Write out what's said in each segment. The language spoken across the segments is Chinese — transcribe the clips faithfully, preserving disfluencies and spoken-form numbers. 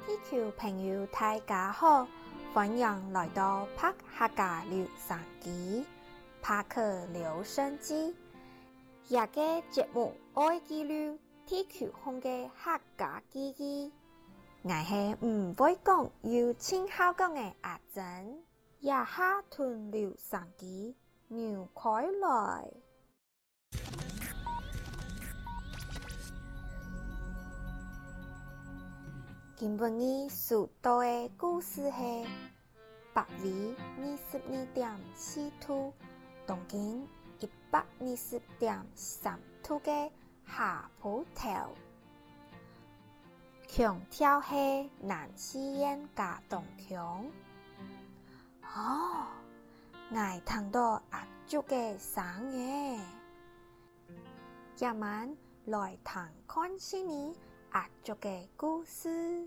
地球朋友大家好，欢迎来到拍客家留声机，拍客留声机。这个节目爱记录地球上的客家记忆。我是唔会讲又亲好讲的阿珍，也下屯留声机扭开来。今本日所读的故事是北纬二十二点四度，东经一百二十点三度的下坡头。强调是南西烟加东强。哦，我听到阿叔的声耶。今晚来听看是你阿叔的故事。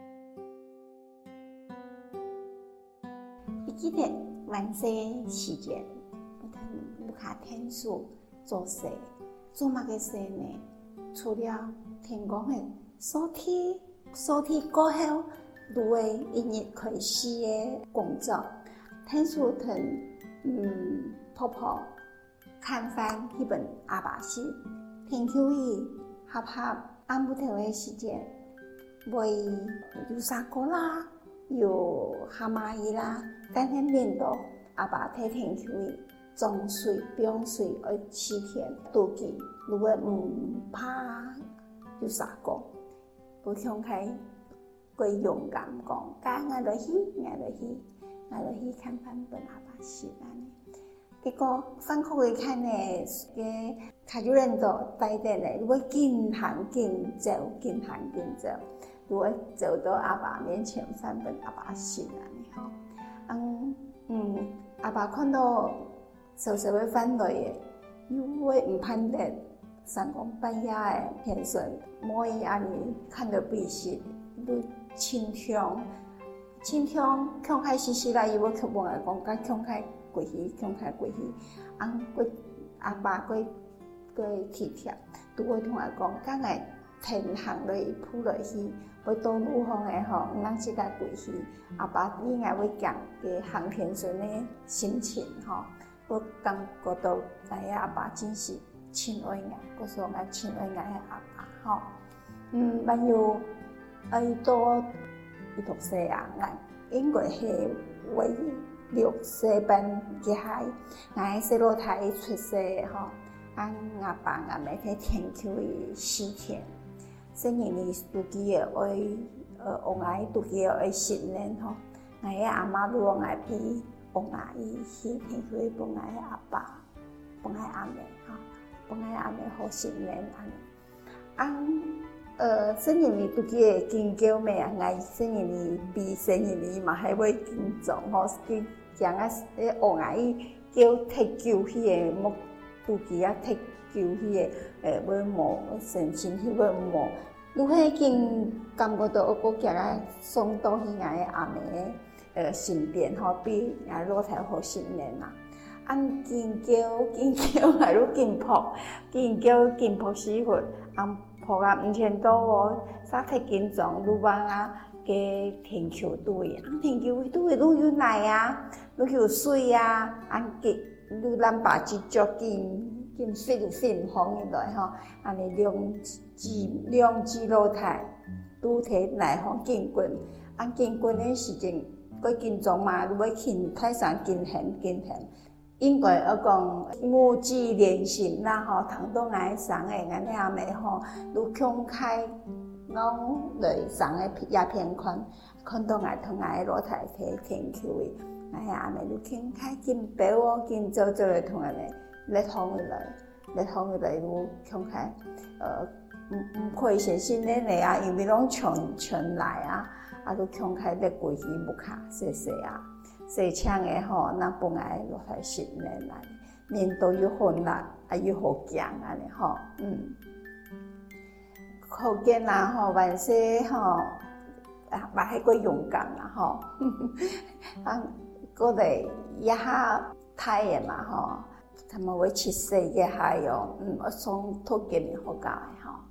你记得晚些时间，我听不卡天数做事，做乜嘅事呢？除了天讲嘅所体所体过后，如为一日开始嘅工作，天数同嗯婆婆看翻一本阿爸书，天口伊合合按不头嘅时间，为有啥个啦？有蛤蟆伊啦，但係面到阿爸睇天口伊種水、冰水而七天都見，如果唔怕有啥個，不強開佢勇敢講，家我落去，我落去，我落去看翻本阿爸書啦呢。結果翻開去看呢，嘅卡住人就帶定嚟，如果緊行緊走，緊行緊走。如果走到阿爸面前翻本阿爸書啦，你好，嗯嗯，阿爸看到稍稍會翻來嘅，因為唔判得三更半夜嘅片段，每一阿你看到必須都清香，清香強開始時啦，伊會佢問我講，甲強開過去，強開過去，按佢阿爸佢佢體貼，都會同我講，今日停行落去鋪落去。會到路方嘅吼，唔能自家過去。阿爸應該會講嘅航天船嘅心情吼，我感覺到係阿爸真是親愛我，我說我親愛我嘅阿爸吼。嗯，還有愛多一讀書啊，我應該係為六歲班嘅孩，我喺細路台出世吼，按阿爸阿媽喺天口嘅四天。生年你讀記嘅愛，呃，王阿姨讀記嘅愛訓練吼，我嘅阿媽都王阿姨，王阿姨去天口幫我嘅阿爸，幫我阿妹吼，幫我阿妹好訓練安尼。按，呃，生年你讀記嘅經叫咩啊？我生年你比生年你嘛還會緊張吼，佢講啊，誒，王阿姨叫踢球去嘅木讀記啊踢。叫迄個誒要摸神仙，迄要摸，如果已經感覺到我行啊送到迄個阿妹誒身邊吼，比啊老太好訓練啦。按緊叫緊叫，還有緊撲，緊叫緊撲死活，按撲啊毋前到哦，啥太緊張，愈幫啊嘅天球對，按天球對愈有來啊，愈有水啊，按吉愈咱把隻腳緊。見飛飛紅起來吼，安尼兩支兩支老太拄摕來互見棍，按見棍誒時陣，佢緊張嘛，如果輕太上緊現緊現，應該要講五指連心啦吼，通到愛送誒安尼阿妹吼，愈強開攏來送誒鴉片款，看到愛同愛老太摕天口誒，哎阿妹愈強開緊白哦，緊做做誒同安尼。來通佢來，來通佢來有強開，呃，唔唔可以先先練嚟啊，因為攏全全來啊，啊都強開咧過去木卡細細啊，細槍嘅吼，那本來落來訓練來，面都有混啦，啊有好強啊咧吼，嗯，好見啦吼，萬歲吼，啊，嘛係個勇敢啦吼，啊，過嚟一下太嘅嘛吼。他們會去世嘅還有，嗯，我從托給你好教嘅吼。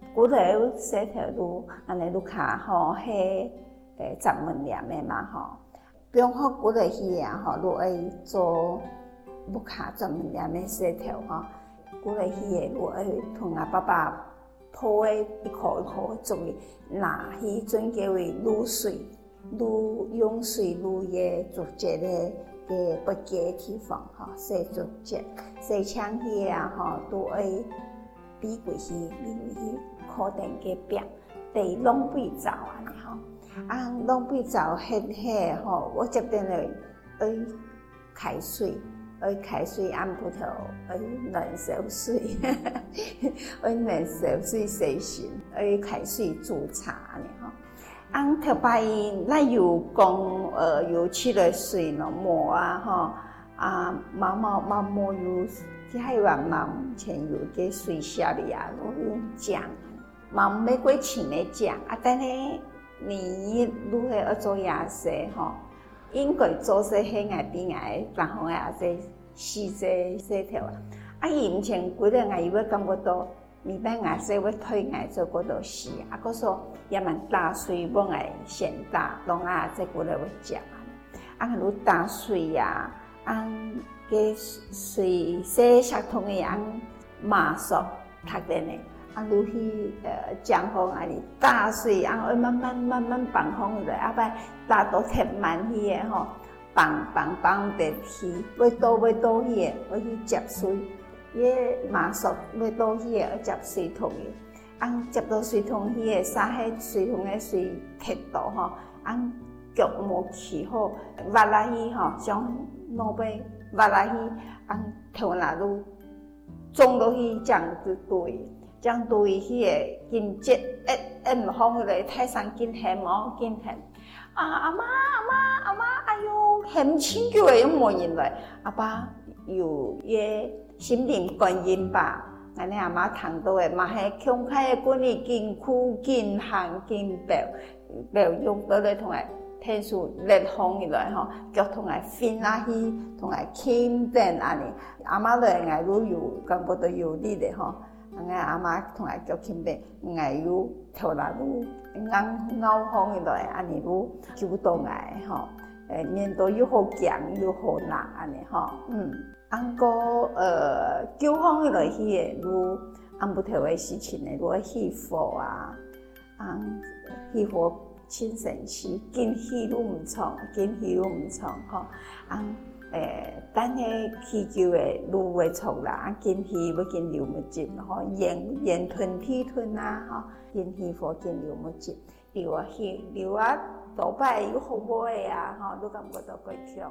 古来洗头愈安尼愈较吼，迄诶杂物念的嘛吼。比方说古来鱼啊吼，愈爱做愈较杂物念的洗头吼。古来鱼的愈爱同阿爸爸铺诶一箍一箍做诶，那鱼阵叫为愈水。愈用水愈个竹节咧个不加地方吼，洗竹节、洗枪鱼啊吼，都爱比过去，因为去固定个饼，得浪费灶安尼吼。啊，浪费灶煸煸吼，我接定来爱开水，爱开水按不头，爱暖烧水，爱暖烧水洗身，爱开水煮茶安尼吼。按特别咱有讲，呃，有去了水咯，毛啊，吼，啊，毛毛毛毛有，即还有啊，毛前有个水下里啊，都用酱，毛玫瑰青的酱，啊，但是你如何要做颜色吼？应该做些黑眼边眼，然后啊，这细些细条啊，啊，以前几个眼有要感觉到。你把颜色要推颜做嗰度洗，啊，嗰说也蛮打水，帮爱先打，拢啊再过来要食啊。啊，如打水呀，啊，个水洗石桶的啊，马熟读点的，啊，如去呃江风啊哩打水，啊，要慢慢慢慢放风来，啊，不打到太慢去的吼，放放放得去，要倒要倒去的，要去接水。伊马熟要倒去个，要接水桶个，按接到水桶去个，撒迄水桶个水铁度吼，按脚毛起好，挖来去吼，将老爸挖来去，按头那路种落去，将子堆，将堆去个紧接一一唔好个太上紧咸哦，紧咸。啊，阿妈阿妈阿妈，哎哟，咸清叫个用问人来，阿爸有耶。心灵观音吧，安尼阿妈谈到诶，嘛系强开诶，管理紧苦紧行紧表，表用到咧同诶天数烈风以来吼，叫同诶分啊去，同诶轻便安尼，阿妈来爱愈有感觉到有力咧吼，安尼阿妈同诶叫轻便，爱愈头来愈硬拗风以来，安尼愈主动爱吼，诶面对又好强又好难安尼吼，嗯。按个呃，救风落去诶，如按不头诶事情诶，如起火啊，按起火清神气，紧起愈毋创，紧起愈毋创吼，按诶，等迄气球诶愈会创啦，啊，紧起要紧流物质吼，盐盐吞体吞啊，吼，紧起火紧流物质，流啊气流啊，多摆有好买啊，吼，都感觉到过强。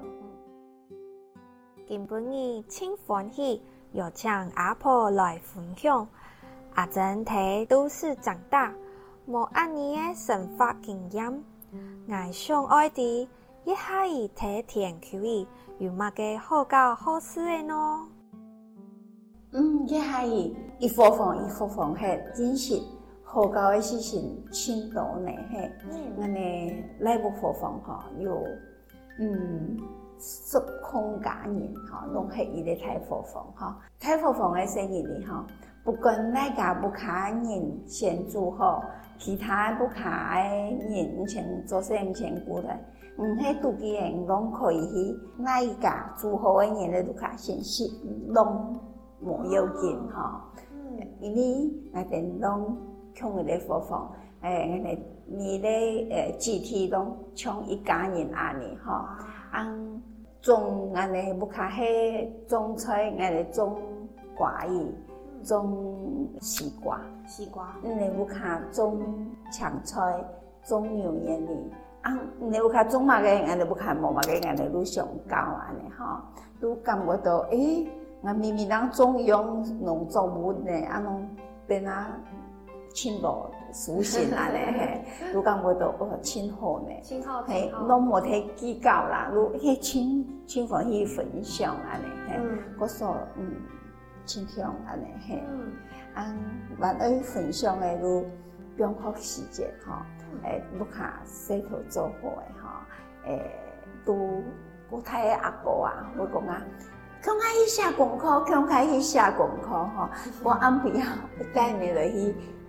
今晡日真欢喜，又请阿婆来分享。阿珍睇都市长大，无按年嘅生活经验，我想爱啲一下伊睇田口伊，有乜嘅好教好事嘅呢？ 嗯，一下伊一放放一放放嘿，真是好教嘅事情真多呢嘿。我哋来不放放吼，有嗯。十空家人吼，拢系伊咧太佛房吼，太佛房诶生意里吼，不管哪家不卡人先做好，其他不卡诶人唔前做生唔前过来，嗯，迄都几人拢可以去哪一家做好诶人咧都卡先识，拢无要紧吼，因为我哋拢穷伊咧佛房，诶，我哋你咧诶集体拢穷一家人安尼吼，按。种安尼不卡迄种菜，安尼种瓜叶，种西瓜， 西瓜， 嗯，你不卡种香菜，种牛眼里，啊，你不卡种嘛个，安尼不卡无嘛个，安尼愈上高安尼吼，愈感觉到诶，我明明人种用农作物呢，啊，拢变啊。真无舒心安尼嘿，愈感觉到哦，真好呢， 真好， 嘿，拢无提计较啦，愈迄真真欢喜分享安尼嘿，我说嗯，真香安尼嘿，啊，万爱分享诶愈丰富时节吼，诶，愈卡洗头做好诶吼，诶，拄我睇阿婆啊，我讲啊。强开去写功课，强开去写功课吼。我安排啊，带你落去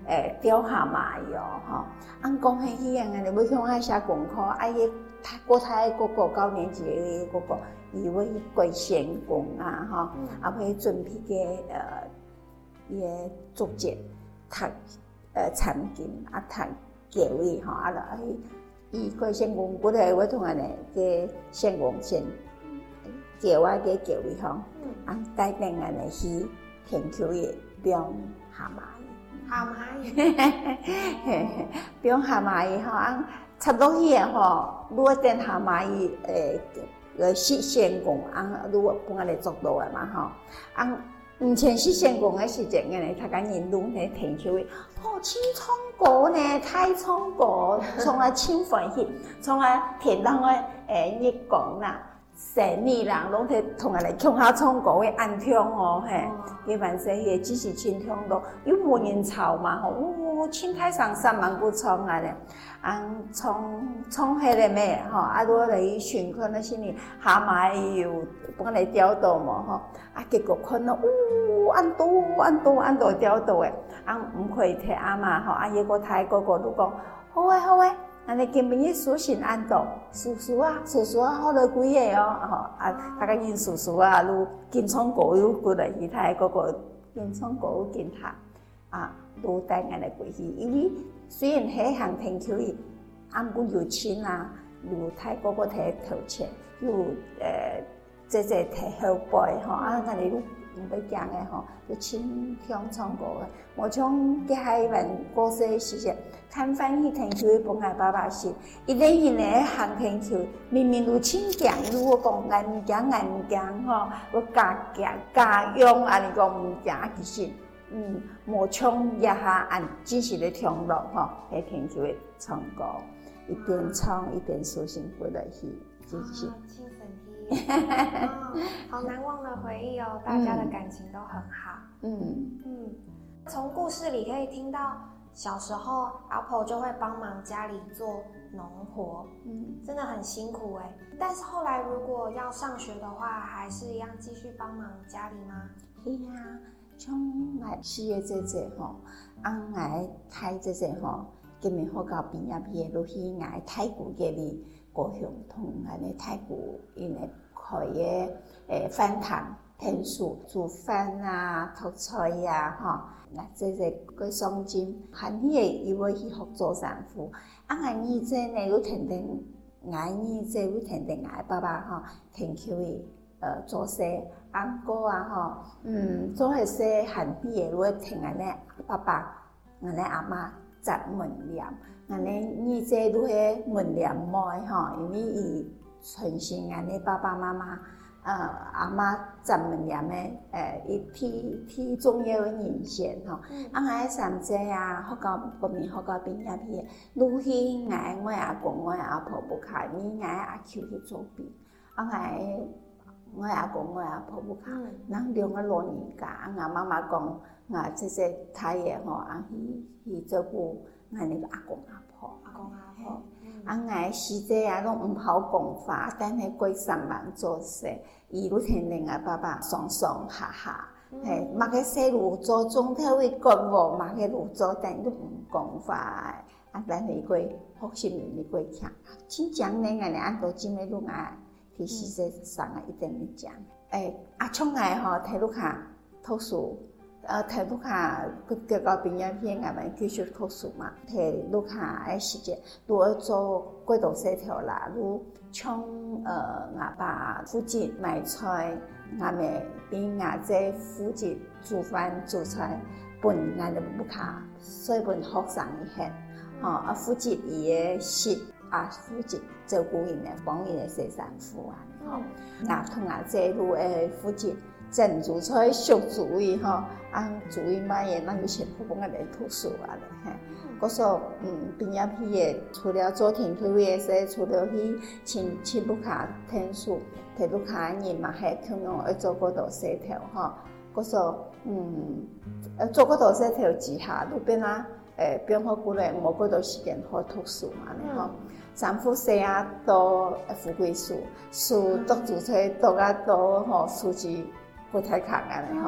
诶钓蛤蟆哟吼。按讲起迄样安尼，要向遐写功课，啊伊国泰个哥哥九年级个哥哥，伊要去过仙宫啊吼，啊要准备个呃伊个竹节读呃参经啊读教义吼，啊来伊过仙宫，骨头要同安尼个仙宫先叫我个教义吼，啊带定安尼去天丘个标蛤蟆。 蛤蟆， 标蛤蟆吼，啊，插落去诶吼，如果电蛤蟆伊诶，个四仙公，啊，如果搬来做到诶嘛吼，啊，以前四仙公诶时阵，个咧，他讲人拢喺天丘诶，哦，青葱果呢，太葱果，从来清欢喜，从来天当诶诶日光啦。生意人拢摕同来乡下创果个安乡哦，嘿，基本上也只是青乡路，有无人潮嘛吼，哦，青苔上三万股葱啊咧，啊，葱葱迄个咩吼，啊，如果来寻看那些呢蛤蟆有帮来钓到嘛吼，啊，结果看到呜，安多安多安多钓到诶，啊，毋可以摕阿嬷吼，啊，伊个太哥哥都讲好诶好诶。安尼今暝苏信安度，叔叔啊，叔叔啊，好了几个哦，吼啊，大家因叔叔啊，如金葱果有过来，其他个个金葱果有金塔啊，都带安尼过去。因为虽然迄项天丘伊，啊，毋有钱啊，有泰国个摕头钱，有诶，这这摕好杯吼，啊，安尼毋要惊诶吼，就清香创果诶。无像在海湾过世时阵，看翻去天丘诶帮爱爸爸时，伊咧因咧行天丘，明明有清强，如果讲爱毋惊爱毋惊吼，我加行加用安尼讲毋惊，其实嗯，无像一下按只是咧冲落吼，喺天丘诶创果，一边创一边苏醒过来去，就是。 哦，好难忘的回忆哦，大家的感情都很好。嗯嗯，从故事里可以听到，小时候阿婆就会帮忙家里做农活，嗯，真的很辛苦哎。但是后来如果要上学的话，还是一样继续帮忙家里吗？ 是啊，像我四个姐姐吼，啊我太姐姐吼，今日好到毕业毕业落去，我太古家里。高雄同安尼泰国因诶开个诶饭堂、天数煮饭啊、读菜啊，吼，那这这个双金，含迄个伊要去学做丈夫，啊，俺儿子呢，又天天，俺儿子又天天俺爸爸吼，天丘伊呃做事，安哥啊吼，嗯，做迄些含迄个，我听俺咧爸爸、俺咧阿嬷杂问念。安尼儿子愈许问念more吼，因为伊传承安尼爸爸妈妈呃阿嬷杂问念诶，诶，伊体体重要诶人选吼。啊，我三姐啊，好到国民好到毕业毕业，愈去我我阿公我阿婆不开，咪我阿舅去做兵，啊我我阿公我阿婆不开，咱两个老人家，啊我妈妈讲，我这些太爷吼，啊去去照顾。俺那个阿公阿婆， 阿公阿婆， 啊，俺时节啊，拢毋好讲法，等下过三万做事，伊愈天天啊，爸爸爽爽哈哈，嘿，嘛个细路做总体会讲无，嘛个路做，但都毋讲法，啊，等下过福心面的过强，真正呢，俺哋按到今日拢爱，其实说上啊一定会讲，诶，阿冲爱吼，睇路卡读书。呃，摕卢卡叫到毕业片，我们继续读书嘛。摕卢卡诶时间，如果做过度细条啦，如像呃，我爸附近买菜，我们比我这附近煮饭煮菜，本俺的卢卡，所以本学生伊遐，吼啊附近伊诶食啊附近照顾因诶，帮因诶洗衫服啊，吼，我同我这路诶附近。整煮菜熟煮伊吼，啊煮伊买诶，咱就先好讲个来读书啊咧嘿。我说，嗯，毕业毕业，除了做天丘诶说，除了去亲亲卢卡天数，摕卢卡人嘛，还可能要做嗰度细条吼。我说，嗯，呃，做嗰度细条之下，路边啊，诶，变好过来，无嗰度时间好读书嘛咧吼。丈夫细啊多富贵书，书读煮菜读啊多吼，书籍。不太看安尼吼，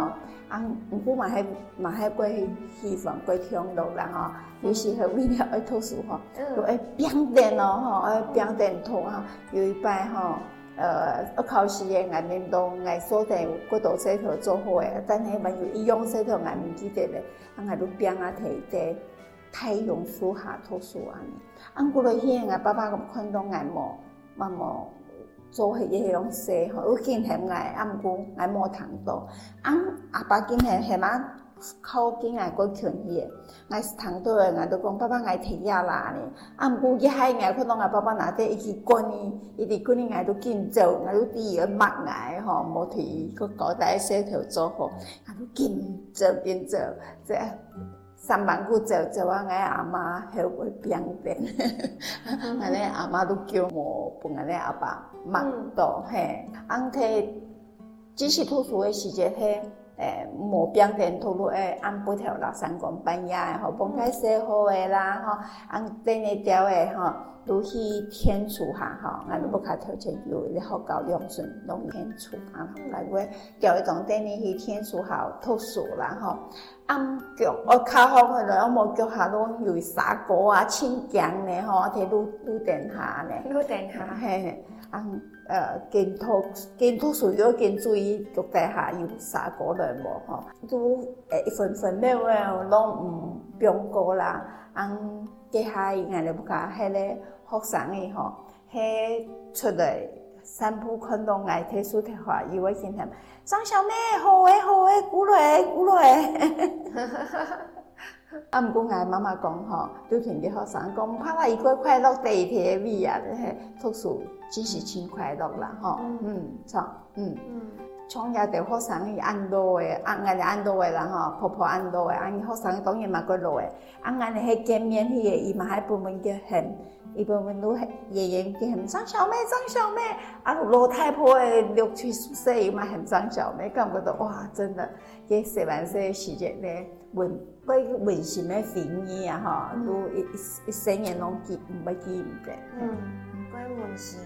啊，毋过嘛，迄嘛迄过希望过听落啦吼，有时候为了爱读书吼，就爱拼电哦吼，爱拼电读啊。有一摆吼，呃，要考试诶，眼面都眼锁定骨头洗头做好诶，等下嘛有医用洗头眼面记得咧，啊眼都拼啊摕伫太阳树下读书安尼。啊，过来遐眼爸爸咁看到眼毛，嘛无。做迄个种洗吼，有紧嫌爱，啊毋过爱无通到。啊阿爸紧嫌嫌啊，靠紧爱过劝伊个，爱是通到诶，爱都讲爸爸爱摕野啦呢。啊毋过伊海爱看到爱爸爸拿底伊去滚伊，伊伫滚伊爱都紧走，爱都伫伊个目爱吼，无替伊个交代洗头做好，爱都紧走紧走，这。三万句做做啊！俺阿妈后尾变变，俺咧阿妈都叫我帮俺咧阿爸忙到嘿。俺摕只是读书诶时节嘿，诶，无变变读书诶，按八条六三更半夜吼，帮开洗好诶啦吼，俺等下条诶吼。如去天厝下吼，俺都要较条件有咧好高良顺，拢天厝啊，来过叫伊从等你去天厝下读书啦吼。暗脚我较好个了，我无脚下拢有砂锅啊、清姜咧吼，摕卤卤电下咧， 卤电下嘿嘿，啊呃，见读见读书要见注意脚底下有砂锅了无吼，都诶一份份了诶，拢毋中过啦，啊，接下伊硬咧要甲迄个学生诶吼，迄出来三步看到爱摕书摕话，伊会先喊张小妹好诶好诶，鼓落诶鼓落诶。啊，毋过爱妈妈讲吼，对听个学生讲，拍来伊过快乐第一天味啊，嘿，读书只是真快乐啦吼，嗯，错，嗯。创业着学生伊按落诶，按安尼按落诶啦吼，婆婆按落诶，按学生当然嘛过落诶，按安尼迄见面迄个伊嘛还不问叫很，伊不问都爷爷叫很张小妹张小妹，啊老太婆诶六七十岁伊嘛很张小妹，感觉到哇真的，迄细万岁时节咧温，嗰温馨诶回忆啊吼，都一一生年拢记毋要记毋得。 嗯，归温馨。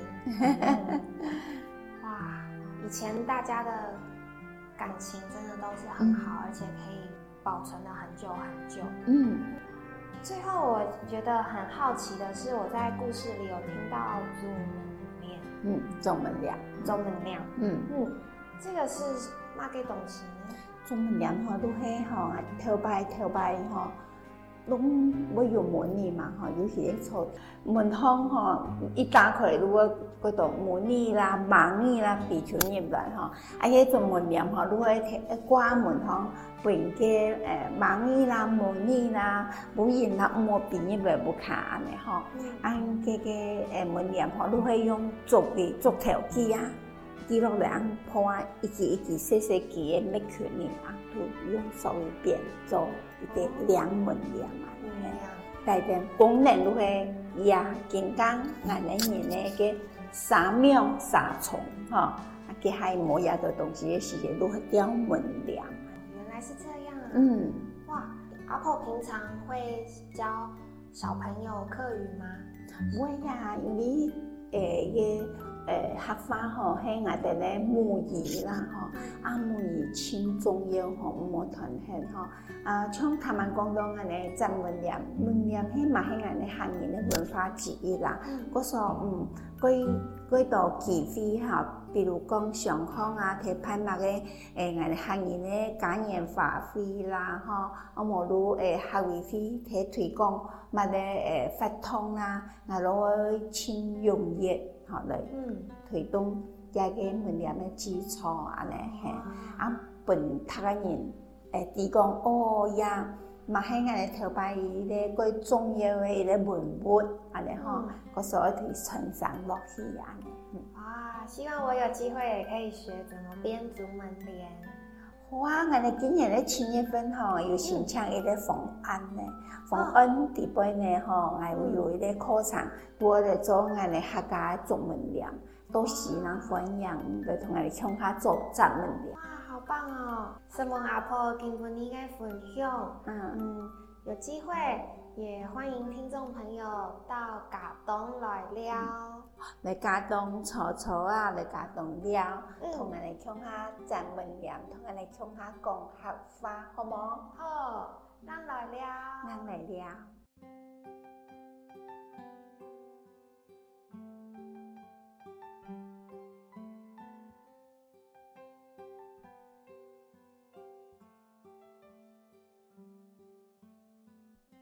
以前大家的感情真的都是很好，嗯、而且可以保存的很久很久。嗯，最后我觉得很好奇的是，我在故事里有听到祖门亮。 嗯，祖门亮， 祖门亮。嗯嗯，这个是嘛个东西呢？ 祖门亮吼，都迄吼，头摆头摆吼。拢要用门哩嘛吼，尤其咧厝门窗吼，一打开如果嗰度门哩啦、网哩啦、地球入来吼，啊迄种门帘吼，如果挂门窗，变个诶网哩啦、门哩啦，无人啦摸边入来不卡安尼吼，按个个诶门帘吼，如果用竹的竹条机啊，记落来按破啊一支一支细细支诶麦圈哩啊，都用手一边做。一个两门帘啊，带点功能都会也健康，俺们人那个三秒三重哈，给还磨牙的东西的时间都会掉门帘。 原来是这样啊！ 嗯， 哇，阿婆平常会教小朋友课语吗？ 会呀，因为诶个。诶，学法吼，迄我哋咧母语啦吼，啊母语轻重要吼，无团现吼，啊像他们讲到安尼赞文念，文念迄嘛迄安尼汉人嘅文化之一啦。嗰说嗯，几几道忌讳吼，比如讲上课啊，摕派物嘅诶，俺汉人嘅嘉年华费啦吼，啊无如诶学位费摕推广，嘛咧诶发通啦，啊攞请用业。好来推动家个文念的基础安尼嘿，啊本读个人诶，提讲哦呀，嘛迄个咧头摆伊咧过重要的伊咧文物安尼吼，个所以提传承落去安尼。 哇，希望我有机会也可以学怎么编竹门帘。 哇，俺哋今年咧七月份吼，有申请一个冯安咧，冯安伫边咧吼，还有有一个课程，我咧做俺哋客家竹门帘，都是人欢迎，来同俺哋乡下做竹门帘。 哇，好棒哦！什么阿婆今晡日嘅分享，嗯嗯，有机会也欢迎听众朋友到家中来聊， 来家中坐坐啊，来家中聊，同人来讲下赞文言，同人来讲下讲客话，好冇？ 好，咱来聊， 咱来聊。